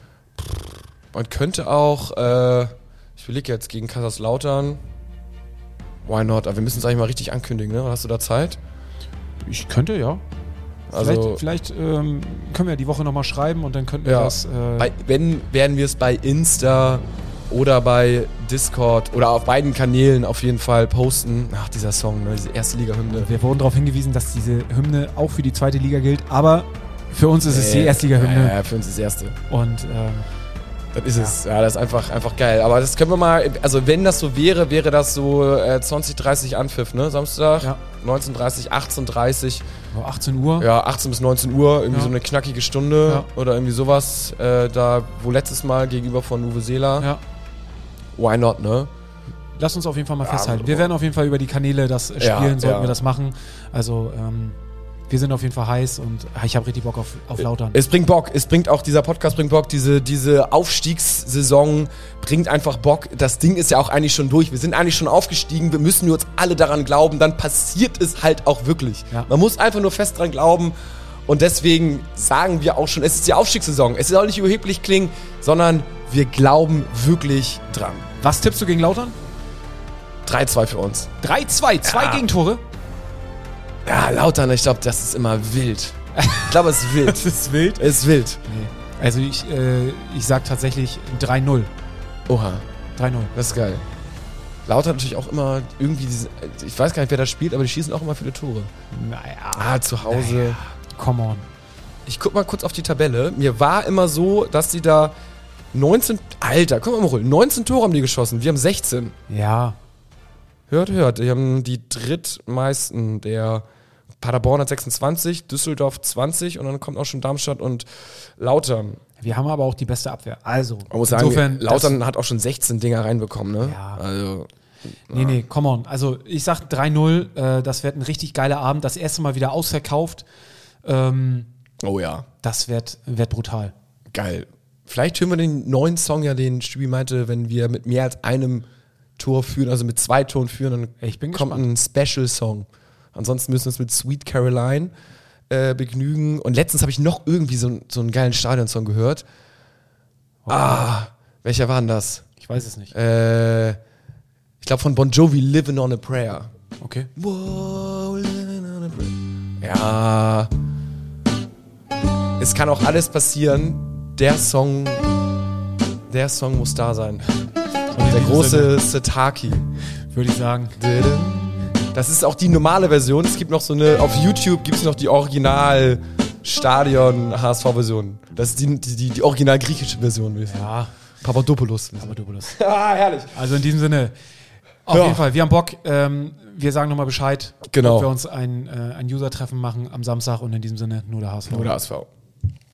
Man könnte auch, ich überlege jetzt gegen Kaiserslautern. Why not? Aber wir müssen es eigentlich mal richtig ankündigen, ne? Hast du da Zeit? Ich könnte, ja. Also, vielleicht können wir ja die Woche nochmal schreiben und dann könnten wir das... werden wir es bei Insta oder bei Discord oder auf beiden Kanälen auf jeden Fall posten. Ach, dieser Song, ne? Diese erste Liga-Hymne. Wir wurden darauf hingewiesen, dass diese Hymne auch für die zweite Liga gilt, aber für uns ist es die Erstliga-Hymne. Ja, für uns ist es die erste. Und das ist es. Ja, das ist einfach geil. Aber das können wir mal, also wenn das so wäre das so 20:30 Anpfiff, ne? Samstag, ja. 19:30, 18:30. 18 Uhr. Ja, 18 bis 19 Uhr, irgendwie so eine knackige Stunde oder irgendwie sowas. Da, wo letztes Mal gegenüber von Uwe Seeler. Ja. Why not, ne? Lass uns auf jeden Fall mal festhalten. Wir werden auf jeden Fall über die Kanäle das spielen, sollten wir das machen. Also, wir sind auf jeden Fall heiß und ich habe richtig Bock auf Lautern. Es bringt Bock. Dieser Podcast bringt Bock. Diese Aufstiegssaison bringt einfach Bock. Das Ding ist ja auch eigentlich schon durch. Wir sind eigentlich schon aufgestiegen. Wir müssen nur uns alle daran glauben. Dann passiert es halt auch wirklich. Ja. Man muss einfach nur fest dran glauben. Und deswegen sagen wir auch schon, es ist die Aufstiegssaison. Es soll nicht überheblich klingen, sondern wir glauben wirklich dran. Was tippst du gegen Lautern? 3-2 für uns. 3-2, 2 Gegentore? Ja, Lautern, ich glaube, das ist immer wild. Ich glaube, es ist wild. Das ist wild? Es ist wild. Nee. Also ich sag tatsächlich 3-0. Oha. 3-0. Das ist geil. Lautern natürlich auch immer irgendwie ich weiß gar nicht, wer da spielt, aber die schießen auch immer viele Tore. Naja. Zu Hause. Naja. Come on. Ich guck mal kurz auf die Tabelle. Mir war immer so, dass die da 19... Alter, komm mal holen. 19 Tore haben die geschossen. Wir haben 16. Ja. Hört. Die haben die drittmeisten. Der Paderborn hat 26, Düsseldorf 20 und dann kommt auch schon Darmstadt und Lautern. Wir haben aber auch die beste Abwehr. Also, man muss sagen, Lautern hat auch schon 16 Dinger reinbekommen, ne? Ja. Also... Nee, come on. Also ich sag 3-0, das wird ein richtig geiler Abend. Das erste Mal wieder ausverkauft. Oh ja. Das wird brutal. Geil. Vielleicht hören wir den neuen Song ja, den Stübi meinte, wenn wir mit mehr als einem Tor führen, also mit 2 Toren führen, dann kommt ein Special-Song. Ansonsten müssen wir uns mit Sweet Caroline begnügen. Und letztens habe ich noch irgendwie so einen geilen Stadionsong gehört. Welcher war denn das? Ich weiß es nicht. Ich glaube von Bon Jovi, Living on a Prayer. Okay. Whoa, living on a prayer. Ja. Es kann auch alles passieren. Der Song muss da sein. Der große Setaki. Würde ich sagen. Das ist auch die normale Version. Es gibt noch so eine, auf YouTube gibt es noch die Original Stadion HSV-Version. Das ist die original griechische Version. Ja. Papadopoulos. Herrlich. Also in diesem Sinne, auf jeden Fall, wir haben Bock. Wir sagen nochmal Bescheid, genau, ob wir uns ein User-Treffen machen am Samstag und in diesem Sinne nur der HSV. Nur der HSV.